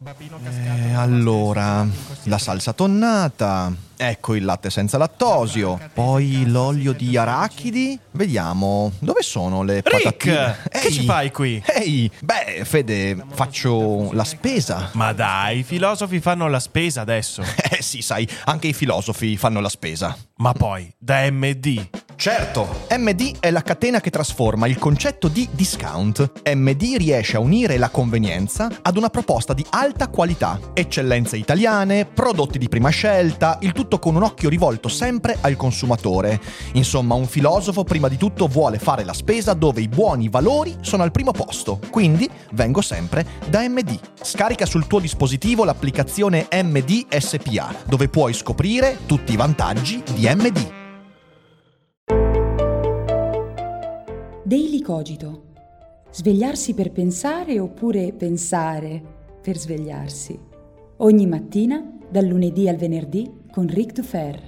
Allora, la salsa tonnata, ecco il latte senza lattosio, poi l'olio di arachidi. Vediamo, dove sono le patatine? Rick, che ci fai qui? Ehi, beh, Fede, faccio la spesa. Ma dai, i filosofi fanno la spesa adesso. Sì, sai, anche i filosofi fanno la spesa. Ma poi, da MD. Certo, MD è la catena che trasforma il concetto di discount. MD riesce a unire la convenienza ad una proposta di alta qualità, eccellenze italiane, prodotti di prima scelta, il tutto con un occhio rivolto sempre al consumatore. Insomma, un filosofo prima di tutto vuole fare la spesa dove i buoni valori sono al primo posto. Quindi vengo sempre da MD. Scarica sul tuo dispositivo l'applicazione MD SPA, dove puoi scoprire tutti i vantaggi di MD. Daily Cogito. Svegliarsi per pensare oppure pensare per svegliarsi. Ogni mattina, dal lunedì al venerdì, con Ric Dufer.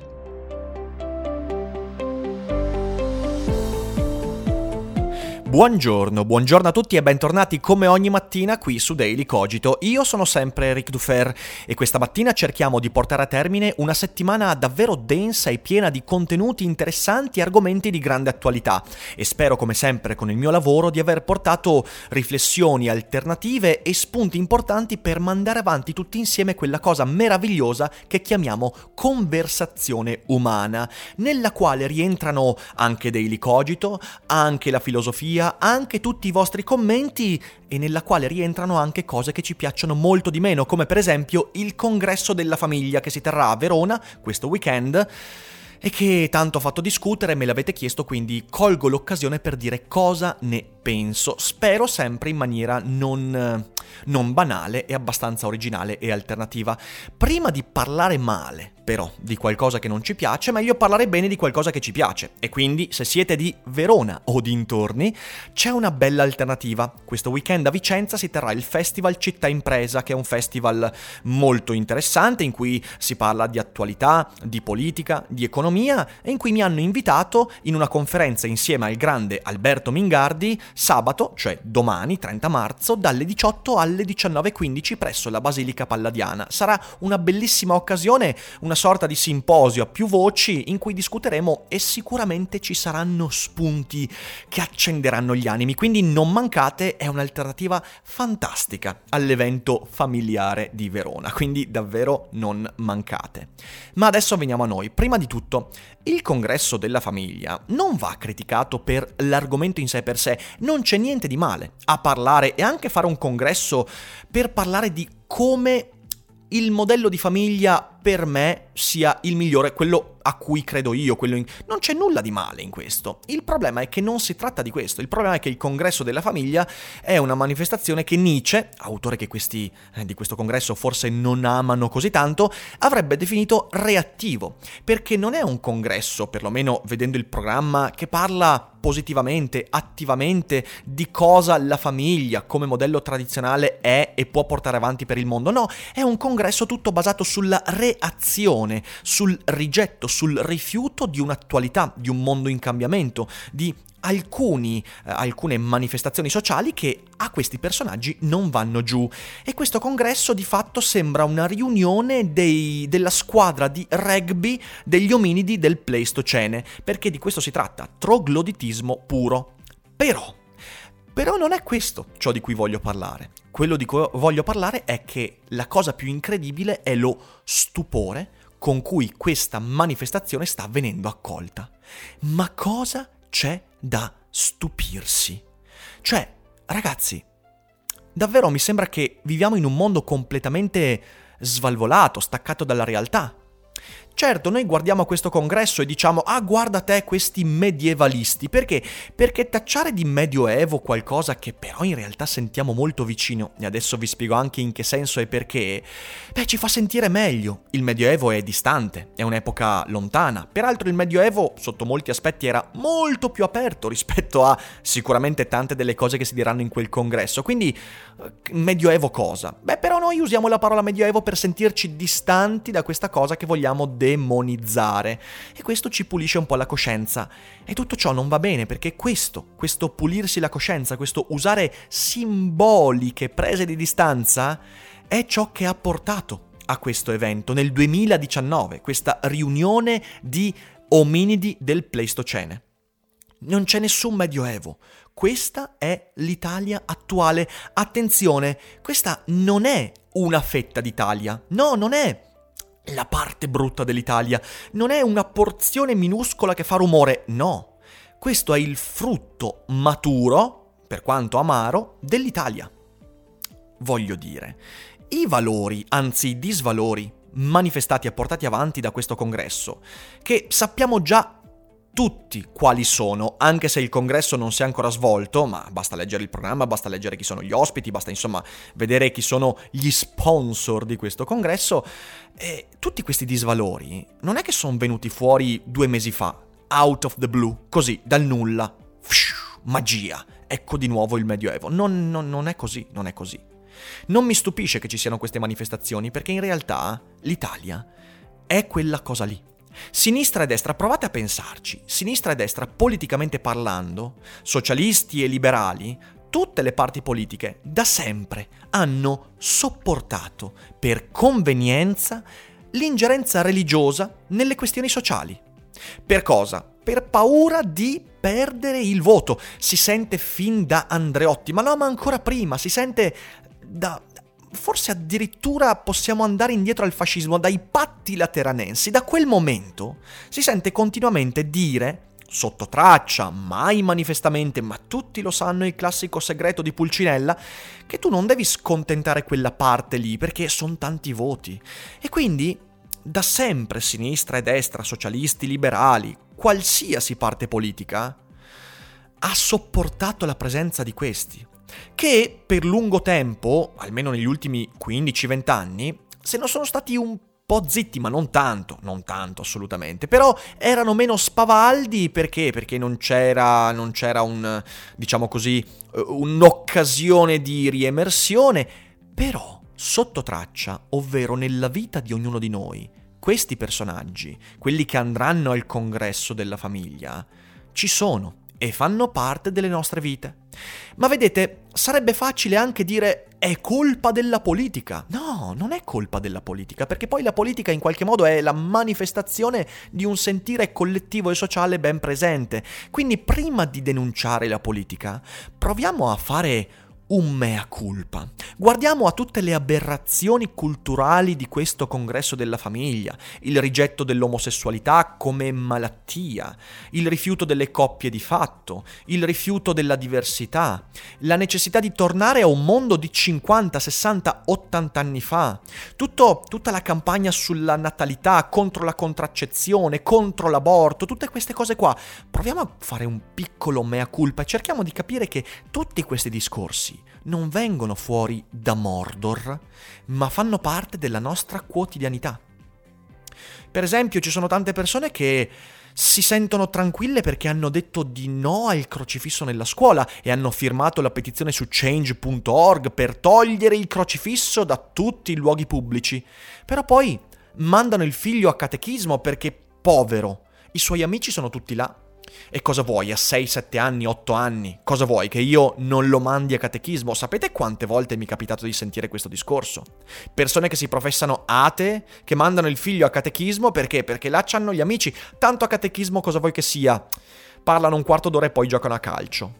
Buongiorno a tutti e bentornati come ogni mattina qui su Daily Cogito. Io sono sempre Ric Dufer e questa mattina cerchiamo di portare a termine una settimana davvero densa e piena di contenuti interessanti e argomenti di grande attualità e spero come sempre con il mio lavoro di aver portato riflessioni alternative e spunti importanti per mandare avanti tutti insieme quella cosa meravigliosa che chiamiamo conversazione umana, nella quale rientrano anche Daily Cogito, anche la filosofia, anche tutti i vostri commenti e nella quale rientrano anche cose che ci piacciono molto di meno, come per esempio il congresso della famiglia che si terrà a Verona questo weekend e che tanto ha fatto discutere, me l'avete chiesto, quindi colgo l'occasione per dire cosa ne penso, spero sempre in maniera non banale e abbastanza originale e alternativa. Prima di parlare male, però, di qualcosa che non ci piace, meglio parlare bene di qualcosa che ci piace. E quindi, se siete di Verona o dintorni, c'è una bella alternativa. Questo weekend a Vicenza si terrà il Festival Città Impresa, che è un festival molto interessante in cui si parla di attualità, di politica, di economia e in cui mi hanno invitato in una conferenza insieme al grande Alberto Mingardi sabato, cioè domani, 30 marzo, dalle 18 alle 19:15 presso la Basilica Palladiana. Sarà una bellissima occasione, una sorta di simposio a più voci in cui discuteremo e sicuramente ci saranno spunti che accenderanno gli animi, quindi non mancate, è un'alternativa fantastica all'evento familiare di Verona, quindi davvero non mancate. Ma adesso veniamo a noi. Prima di tutto, il congresso della famiglia non va criticato per l'argomento in sé per sé, non c'è niente di male a parlare e anche fare un congresso per parlare di come il modello di famiglia per me sia il migliore, quello a cui credo io, non c'è nulla di male in questo. Il problema è che non si tratta di questo, il problema è che il congresso della famiglia è una manifestazione che Nietzsche, autore che di questo congresso forse non amano così tanto, avrebbe definito reattivo, perché non è un congresso, perlomeno vedendo il programma, che parla positivamente, attivamente di cosa la famiglia come modello tradizionale è e può portare avanti per il mondo. No, è un congresso tutto basato sulla reazione, sul rigetto, sul rifiuto di un'attualità, di un mondo in cambiamento, di alcune manifestazioni sociali che a questi personaggi non vanno giù. E questo congresso di fatto sembra una riunione della squadra di rugby degli ominidi del Pleistocene, perché di questo si tratta, trogloditismo puro. Però non è questo ciò di cui voglio parlare. Quello di cui voglio parlare è che la cosa più incredibile è lo stupore con cui questa manifestazione sta venendo accolta. Ma cosa c'è da stupirsi? Cioè, ragazzi, davvero mi sembra che viviamo in un mondo completamente svalvolato, staccato dalla realtà. Certo, noi guardiamo questo congresso e diciamo «Ah, guarda te questi medievalisti». Perché? Perché tacciare di medioevo qualcosa che però in realtà sentiamo molto vicino, e adesso vi spiego anche in che senso e perché, ci fa sentire meglio. Il medioevo è distante, è un'epoca lontana. Peraltro il medioevo, sotto molti aspetti, era molto più aperto rispetto a sicuramente tante delle cose che si diranno in quel congresso. Quindi, medioevo cosa? Però noi usiamo la parola medioevo per sentirci distanti da questa cosa che vogliamo demonizzare, e questo ci pulisce un po' la coscienza, e tutto ciò non va bene perché questo pulirsi la coscienza, questo usare simboliche prese di distanza è ciò che ha portato a questo evento nel 2019, questa riunione di ominidi del Pleistocene. Non c'è nessun medioevo. Questa è l'Italia attuale. Attenzione, questa non è una fetta d'Italia. No, non è la parte brutta dell'Italia. Non è una porzione minuscola che fa rumore. No, questo è il frutto maturo, per quanto amaro, dell'Italia. Voglio dire, i valori, anzi i disvalori, manifestati e portati avanti da questo congresso, che sappiamo già tutti quali sono, anche se il congresso non si è ancora svolto, ma basta leggere il programma, basta leggere chi sono gli ospiti, basta insomma vedere chi sono gli sponsor di questo congresso. E tutti questi disvalori non è che sono venuti fuori 2 mesi fa, out of the blue, così, dal nulla. Magia, ecco di nuovo il Medioevo. Non è così, non è così. Non mi stupisce che ci siano queste manifestazioni, perché in realtà l'Italia è quella cosa lì. Sinistra e destra, provate a pensarci, sinistra e destra politicamente parlando, socialisti e liberali, tutte le parti politiche da sempre hanno sopportato per convenienza l'ingerenza religiosa nelle questioni sociali. Per cosa? Per paura di perdere il voto. Si sente fin da Andreotti, ma ancora prima, si sente forse addirittura possiamo andare indietro al fascismo, dai patti lateranensi. Da quel momento si sente continuamente dire, sotto traccia, mai manifestamente, ma tutti lo sanno, il classico segreto di Pulcinella, che tu non devi scontentare quella parte lì, perché sono tanti voti. E quindi, da sempre, sinistra e destra, socialisti, liberali, qualsiasi parte politica, ha sopportato la presenza di questi, che per lungo tempo, almeno negli ultimi 15-20 anni, se non sono stati un po' zitti, ma non tanto assolutamente, però erano meno spavaldi. Perché? Perché non c'era diciamo così, un'occasione di riemersione. Però sotto traccia, ovvero nella vita di ognuno di noi, questi personaggi, quelli che andranno al congresso della famiglia, ci sono e fanno parte delle nostre vite. Ma vedete, sarebbe facile anche dire è colpa della politica. No, non è colpa della politica, perché poi la politica in qualche modo è la manifestazione di un sentire collettivo e sociale ben presente. Quindi prima di denunciare la politica, proviamo a fare un mea culpa. Guardiamo a tutte le aberrazioni culturali di questo congresso della famiglia, il rigetto dell'omosessualità come malattia, il rifiuto delle coppie di fatto, il rifiuto della diversità, la necessità di tornare a un mondo di 50, 60, 80 anni fa, tutta la campagna sulla natalità, contro la contraccezione, contro l'aborto, tutte queste cose qua. Proviamo a fare un piccolo mea culpa e cerchiamo di capire che tutti questi discorsi non vengono fuori da Mordor, ma fanno parte della nostra quotidianità. Per esempio, ci sono tante persone che si sentono tranquille perché hanno detto di no al crocifisso nella scuola e hanno firmato la petizione su change.org per togliere il crocifisso da tutti i luoghi pubblici. Però poi mandano il figlio a catechismo perché, povero, i suoi amici sono tutti là. E cosa vuoi a 6, 7 anni, 8 anni? Cosa vuoi? Che io non lo mandi a catechismo? Sapete quante volte mi è capitato di sentire questo discorso? Persone che si professano atee, che mandano il figlio a catechismo perché? Perché là c'hanno gli amici. Tanto a catechismo cosa vuoi che sia? Parlano un quarto d'ora e poi giocano a calcio.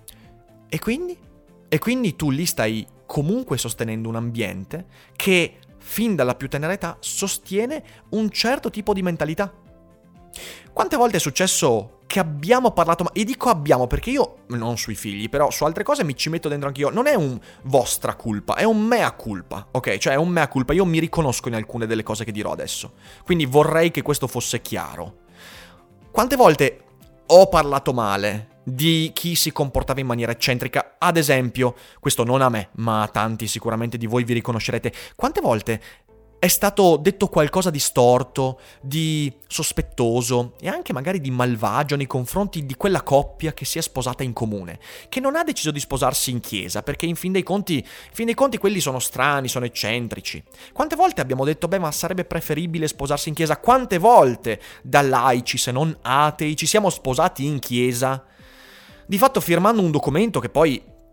E quindi? E quindi tu lì stai comunque sostenendo un ambiente che fin dalla più tenera età sostiene un certo tipo di mentalità. Quante volte è successo che abbiamo parlato, e dico abbiamo perché io, non sui figli, però su altre cose mi ci metto dentro anch'io, non è un vostra colpa, è un mea culpa, ok? Cioè è un mea culpa, io mi riconosco in alcune delle cose che dirò adesso, quindi vorrei che questo fosse chiaro. Quante volte ho parlato male di chi si comportava in maniera eccentrica, ad esempio, questo non a me, ma a tanti sicuramente di voi vi riconoscerete, quante volte è stato detto qualcosa di storto, di sospettoso e anche magari di malvagio nei confronti di quella coppia che si è sposata in comune, che non ha deciso di sposarsi in chiesa, perché in fin dei conti quelli sono strani, sono eccentrici. Quante volte abbiamo detto, ma sarebbe preferibile sposarsi in chiesa? Quante volte da laici, se non atei, ci siamo sposati in chiesa? Di fatto firmando un documento che poi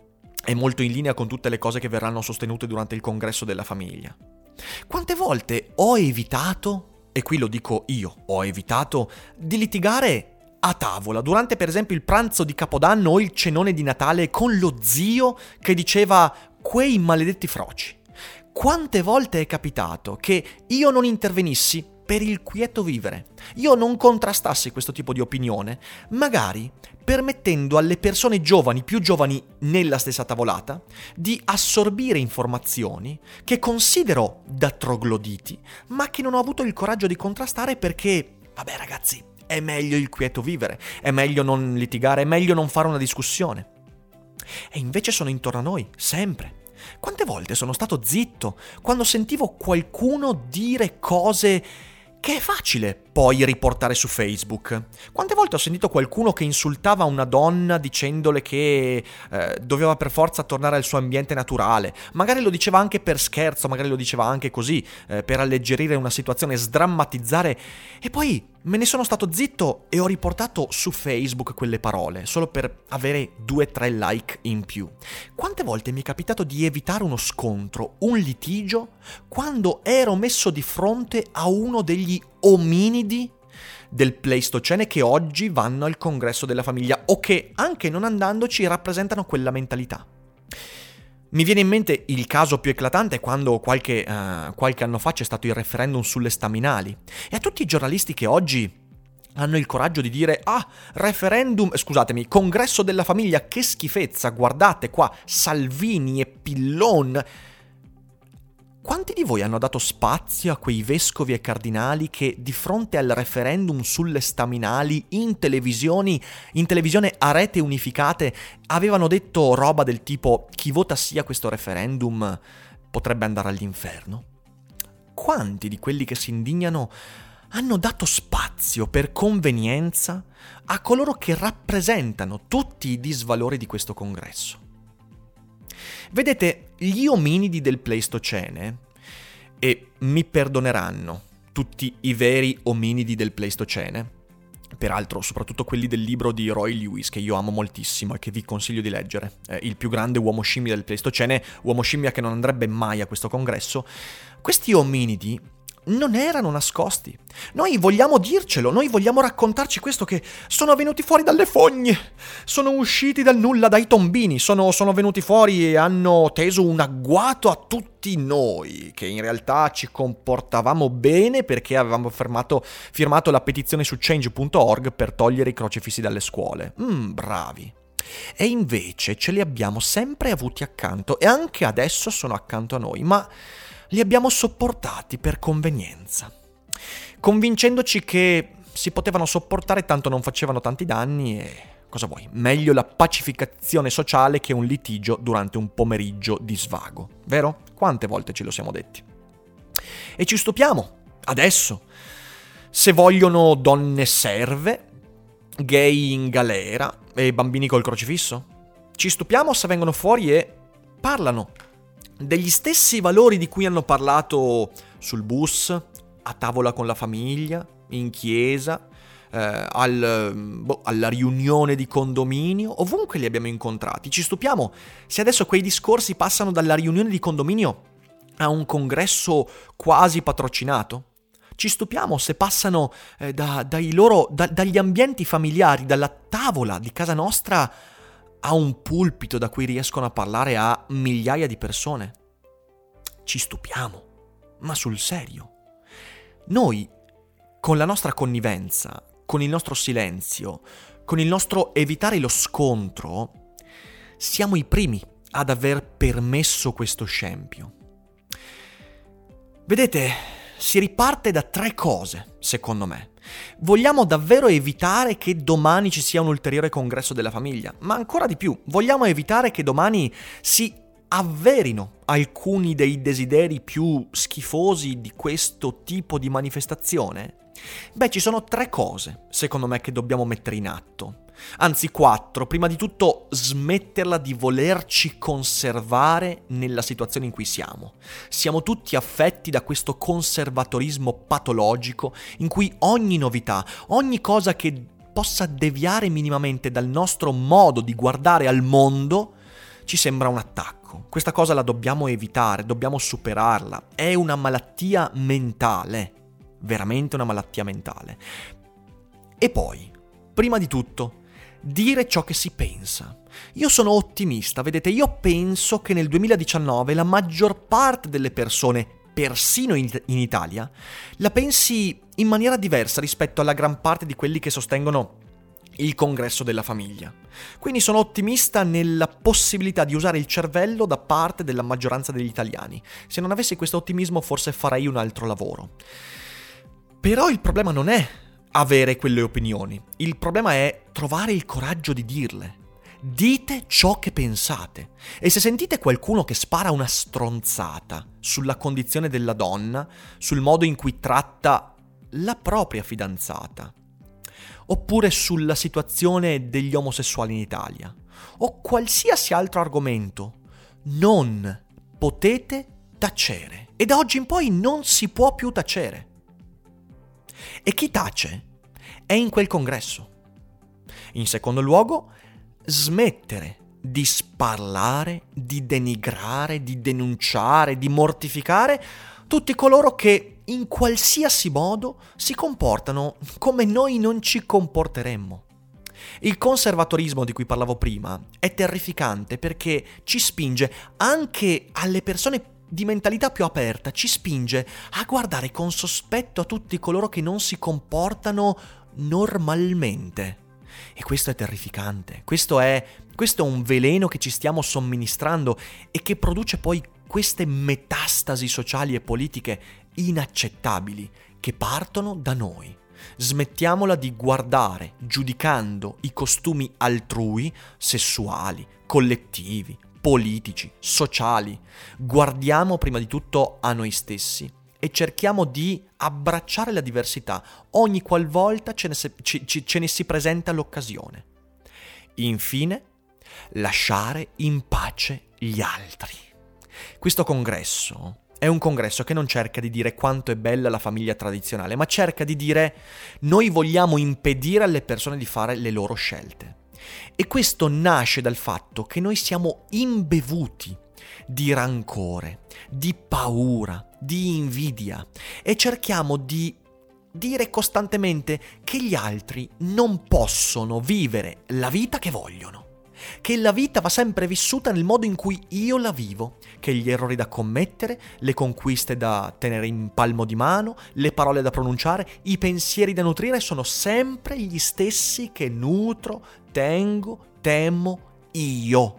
è molto in linea con tutte le cose che verranno sostenute durante il congresso della famiglia. Quante volte ho evitato, e qui lo dico io, ho evitato di litigare a tavola, durante per esempio il pranzo di Capodanno o il cenone di Natale con lo zio che diceva quei maledetti froci. Quante volte è capitato che io non intervenissi per il quieto vivere, io non contrastassi questo tipo di opinione, magari permettendo alle persone giovani, più giovani nella stessa tavolata, di assorbire informazioni che considero da trogloditi, ma che non ho avuto il coraggio di contrastare perché, vabbè ragazzi, è meglio il quieto vivere, è meglio non litigare, è meglio non fare una discussione. E invece sono intorno a noi, sempre. Quante volte sono stato zitto quando sentivo qualcuno dire cose che è facile poi riportare su Facebook? Quante volte ho sentito qualcuno che insultava una donna dicendole che doveva per forza tornare al suo ambiente naturale? Magari lo diceva anche per scherzo, magari lo diceva anche così, per alleggerire una situazione, sdrammatizzare, e poi me ne sono stato zitto e ho riportato su Facebook quelle parole, solo per avere 2-3 like in più. Quante volte mi è capitato di evitare uno scontro, un litigio, quando ero messo di fronte a uno degli ominidi del Pleistocene che oggi vanno al congresso della famiglia o che, anche non andandoci, rappresentano quella mentalità. Mi viene in mente il caso più eclatante quando qualche anno fa c'è stato il referendum sulle staminali, e a tutti i giornalisti che oggi hanno il coraggio di dire congresso della famiglia, che schifezza, guardate qua, Salvini e Pillon. Quanti di voi hanno dato spazio a quei vescovi e cardinali che di fronte al referendum sulle staminali in televisione a rete unificate avevano detto roba del tipo chi vota sì a questo referendum potrebbe andare all'inferno? Quanti di quelli che si indignano hanno dato spazio per convenienza a coloro che rappresentano tutti i disvalori di questo congresso? Vedete, gli ominidi del Pleistocene, e mi perdoneranno tutti i veri ominidi del Pleistocene, peraltro soprattutto quelli del libro di Roy Lewis, che io amo moltissimo e che vi consiglio di leggere, il più grande uomo scimmia del Pleistocene, uomo scimmia che non andrebbe mai a questo congresso, questi ominidi non erano nascosti. Noi vogliamo dircelo, noi vogliamo raccontarci questo, che sono venuti fuori dalle fogne, sono usciti dal nulla, dai tombini, sono venuti fuori e hanno teso un agguato a tutti noi, che in realtà ci comportavamo bene perché avevamo firmato la petizione su change.org per togliere i crocefissi dalle scuole. Bravi. E invece ce li abbiamo sempre avuti accanto e anche adesso sono accanto a noi, ma li abbiamo sopportati per convenienza, convincendoci che si potevano sopportare tanto non facevano tanti danni e, cosa vuoi, meglio la pacificazione sociale che un litigio durante un pomeriggio di svago, vero? Quante volte ce lo siamo detti? E ci stupiamo, adesso, se vogliono donne serve, gay in galera e bambini col crocifisso? Ci stupiamo se vengono fuori e parlano degli stessi valori di cui hanno parlato sul bus, a tavola con la famiglia, in chiesa, alla riunione di condominio, ovunque li abbiamo incontrati. Ci stupiamo se adesso quei discorsi passano dalla riunione di condominio a un congresso quasi patrocinato. Ci stupiamo se passano dagli ambienti familiari, dalla tavola di casa nostra a un pulpito da cui riescono a parlare a migliaia di persone. Ci stupiamo, ma sul serio. Noi, con la nostra connivenza, con il nostro silenzio, con il nostro evitare lo scontro, siamo i primi ad aver permesso questo scempio. Vedete, si riparte da 3 cose, secondo me. Vogliamo davvero evitare che domani ci sia un ulteriore congresso della famiglia, ma ancora di più, vogliamo evitare che domani si avverino alcuni dei desideri più schifosi di questo tipo di manifestazione? Beh, ci sono 3 cose, secondo me, che dobbiamo mettere in atto. Anzi 4, prima di tutto smetterla di volerci conservare nella situazione in cui siamo. Siamo tutti affetti da questo conservatorismo patologico in cui ogni novità, ogni cosa che possa deviare minimamente dal nostro modo di guardare al mondo, ci sembra un attacco. Questa cosa la dobbiamo evitare, dobbiamo superarla. È una malattia mentale, veramente una malattia mentale. E poi, prima di tutto, dire ciò che si pensa. Io sono ottimista, vedete, io penso che nel 2019 la maggior parte delle persone, persino in Italia, la pensi in maniera diversa rispetto alla gran parte di quelli che sostengono il congresso della famiglia. Quindi sono ottimista nella possibilità di usare il cervello da parte della maggioranza degli italiani. Se non avessi questo ottimismo forse farei un altro lavoro. Però il problema non è avere quelle opinioni, il problema è trovare il coraggio di dirle. Dite ciò che pensate. E se sentite qualcuno che spara una stronzata sulla condizione della donna, sul modo in cui tratta la propria fidanzata, oppure sulla situazione degli omosessuali in Italia, o qualsiasi altro argomento, non potete tacere. E da oggi in poi non si può più tacere. E chi tace è in quel congresso. In secondo luogo, smettere di sparlare, di denigrare, di denunciare, di mortificare tutti coloro che in qualsiasi modo si comportano come noi non ci comporteremmo. Il conservatorismo di cui parlavo prima è terrificante perché ci spinge, anche alle persone di mentalità più aperta, ci spinge a guardare con sospetto a tutti coloro che non si comportano normalmente. E questo è terrificante, questo è un veleno che ci stiamo somministrando e che produce poi queste metastasi sociali e politiche inaccettabili che partono da noi. Smettiamola di guardare giudicando i costumi altrui, sessuali, collettivi, politici, sociali. Guardiamo prima di tutto a noi stessi e cerchiamo di abbracciare la diversità ogni qualvolta ce ne si presenta l'occasione. Infine, lasciare in pace gli altri. Questo congresso è un congresso che non cerca di dire quanto è bella la famiglia tradizionale, ma cerca di dire noi vogliamo impedire alle persone di fare le loro scelte. E questo nasce dal fatto che noi siamo imbevuti di rancore, di paura, di invidia e cerchiamo di dire costantemente che gli altri non possono vivere la vita che vogliono, che la vita va sempre vissuta nel modo in cui io la vivo, che gli errori da commettere, le conquiste da tenere in palmo di mano, le parole da pronunciare, i pensieri da nutrire sono sempre gli stessi che nutro, tengo, temo io.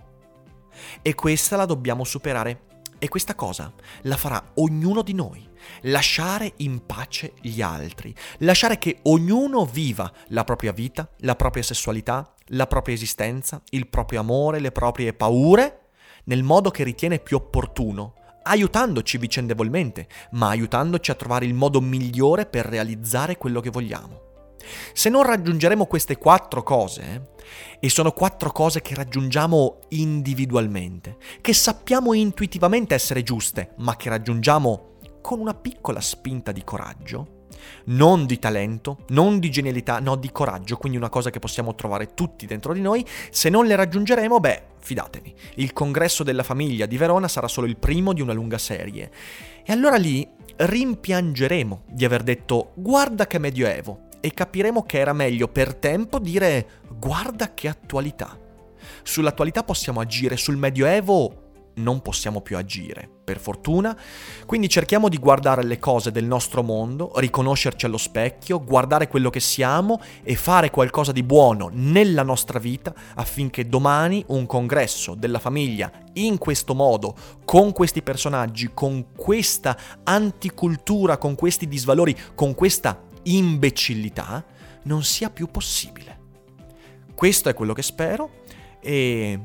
E questa la dobbiamo superare. E questa cosa la farà ognuno di noi. Lasciare in pace gli altri. Lasciare che ognuno viva la propria vita, la propria sessualità, la propria esistenza, il proprio amore, le proprie paure, nel modo che ritiene più opportuno, aiutandoci vicendevolmente, ma aiutandoci a trovare il modo migliore per realizzare quello che vogliamo. Se non raggiungeremo queste 4 cose, e sono 4 cose che raggiungiamo individualmente, che sappiamo intuitivamente essere giuste, ma che raggiungiamo con una piccola spinta di coraggio, non di talento, non di genialità, no, di coraggio, quindi una cosa che possiamo trovare tutti dentro di noi. Se non le raggiungeremo, fidatevi, il congresso della famiglia di Verona sarà solo il primo di una lunga serie. E allora lì rimpiangeremo di aver detto guarda che medioevo, e capiremo che era meglio per tempo dire guarda che attualità. Sull'attualità possiamo agire, sul medioevo non possiamo più agire, per fortuna. Quindi cerchiamo di guardare le cose del nostro mondo, riconoscerci allo specchio, guardare quello che siamo e fare qualcosa di buono nella nostra vita affinché domani un congresso della famiglia in questo modo, con questi personaggi, con questa anticultura, con questi disvalori, con questa imbecillità, non sia più possibile. Questo è quello che spero e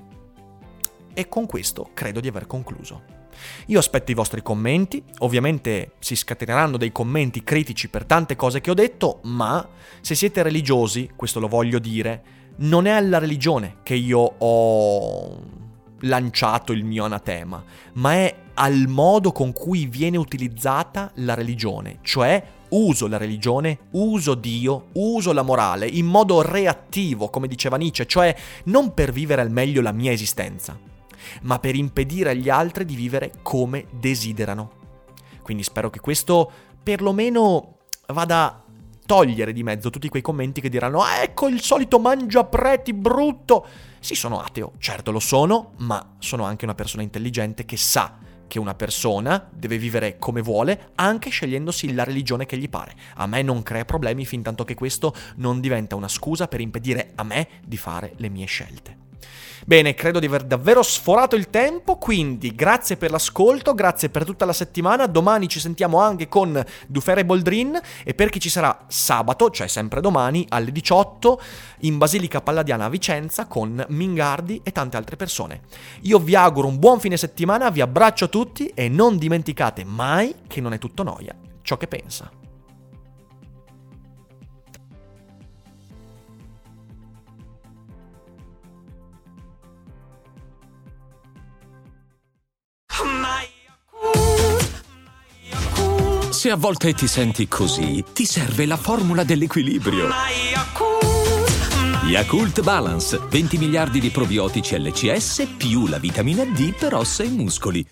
con questo credo di aver concluso. Io aspetto i vostri commenti, ovviamente si scateneranno dei commenti critici per tante cose che ho detto, ma se siete religiosi, questo lo voglio dire, non è alla religione che io ho lanciato il mio anatema, ma è al modo con cui viene utilizzata la religione, cioè uso la religione, uso Dio, uso la morale in modo reattivo, come diceva Nietzsche, cioè non per vivere al meglio la mia esistenza, ma per impedire agli altri di vivere come desiderano. Quindi spero che questo perlomeno vada a togliere di mezzo tutti quei commenti che diranno ecco il solito mangiapreti brutto. Sì, sono ateo, certo lo sono, ma sono anche una persona intelligente che sa che una persona deve vivere come vuole, anche scegliendosi la religione che gli pare. A me non crea problemi fin tanto che questo non diventa una scusa per impedire a me di fare le mie scelte. Bene, credo di aver davvero sforato il tempo, quindi grazie per l'ascolto, grazie per tutta la settimana. Domani ci sentiamo anche con Dufer e Boldrin, e per chi ci sarà sabato, cioè sempre domani, alle 18 in Basilica Palladiana a Vicenza con Mingardi e tante altre persone. Io vi auguro un buon fine settimana, vi abbraccio tutti e non dimenticate mai che non è tutto noia ciò che pensa. Se a volte ti senti così, ti serve la formula dell'equilibrio. Yakult Balance, 20 miliardi di probiotici LCS più la vitamina D per ossa e muscoli.